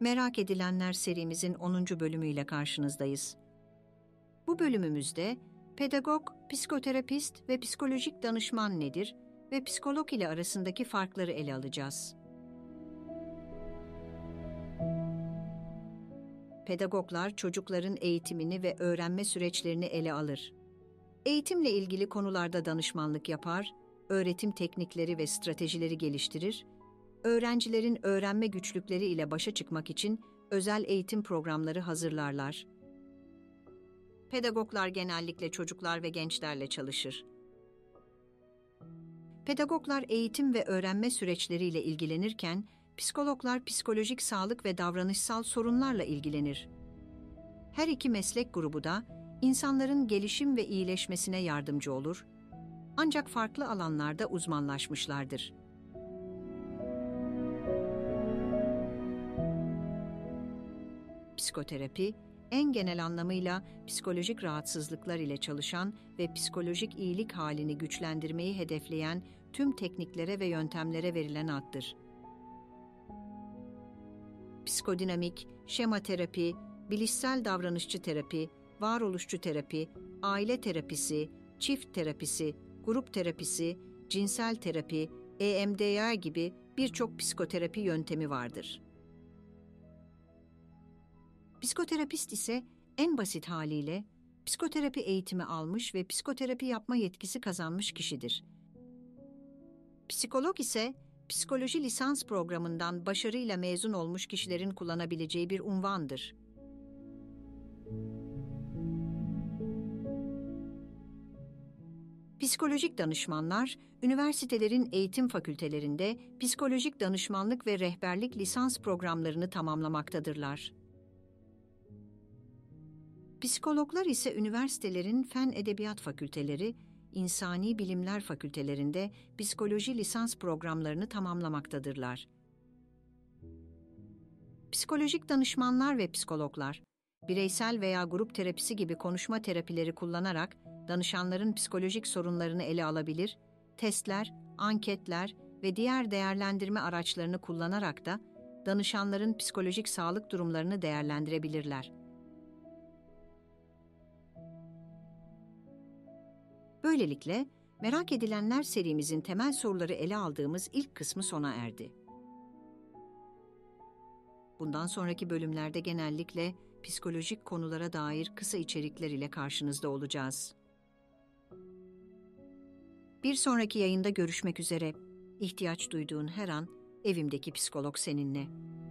Merak edilenler serimizin 10. bölümüyle karşınızdayız. Bu bölümümüzde pedagog, psikoterapist ve psikolojik danışman nedir ve psikolog ile arasındaki farkları ele alacağız. Pedagoglar çocukların eğitimini ve öğrenme süreçlerini ele alır. Eğitimle ilgili konularda danışmanlık yapar, öğretim teknikleri ve stratejileri geliştirir, öğrencilerin öğrenme güçlükleri ile başa çıkmak için özel eğitim programları hazırlarlar. Pedagoglar genellikle çocuklar ve gençlerle çalışır. Pedagoglar eğitim ve öğrenme süreçleriyle ilgilenirken, psikologlar psikolojik sağlık ve davranışsal sorunlarla ilgilenir. Her iki meslek grubu da insanların gelişim ve iyileşmesine yardımcı olur, ancak farklı alanlarda uzmanlaşmışlardır. Psikoterapi, en genel anlamıyla psikolojik rahatsızlıklar ile çalışan ve psikolojik iyilik halini güçlendirmeyi hedefleyen tüm tekniklere ve yöntemlere verilen addır. Psikodinamik, şema terapi, bilişsel davranışçı terapi, varoluşçu terapi, aile terapisi, çift terapisi, grup terapisi, cinsel terapi, EMDR gibi birçok psikoterapi yöntemi vardır. Psikoterapist ise en basit haliyle psikoterapi eğitimi almış ve psikoterapi yapma yetkisi kazanmış kişidir. Psikolog ise psikoloji lisans programından başarıyla mezun olmuş kişilerin kullanabileceği bir unvandır. Psikolojik danışmanlar, üniversitelerin eğitim fakültelerinde psikolojik danışmanlık ve rehberlik lisans programlarını tamamlamaktadırlar. Psikologlar ise üniversitelerin fen edebiyat fakülteleri, insani bilimler fakültelerinde psikoloji lisans programlarını tamamlamaktadırlar. Psikolojik danışmanlar ve psikologlar, bireysel veya grup terapisi gibi konuşma terapileri kullanarak danışanların psikolojik sorunlarını ele alabilir, testler, anketler ve diğer değerlendirme araçlarını kullanarak da danışanların psikolojik sağlık durumlarını değerlendirebilirler. Böylelikle merak edilenler serimizin temel soruları ele aldığımız ilk kısmı sona erdi. Bundan sonraki bölümlerde genellikle psikolojik konulara dair kısa içerikler ile karşınızda olacağız. Bir sonraki yayında görüşmek üzere. İhtiyaç duyduğun her an evimdeki psikolog seninle.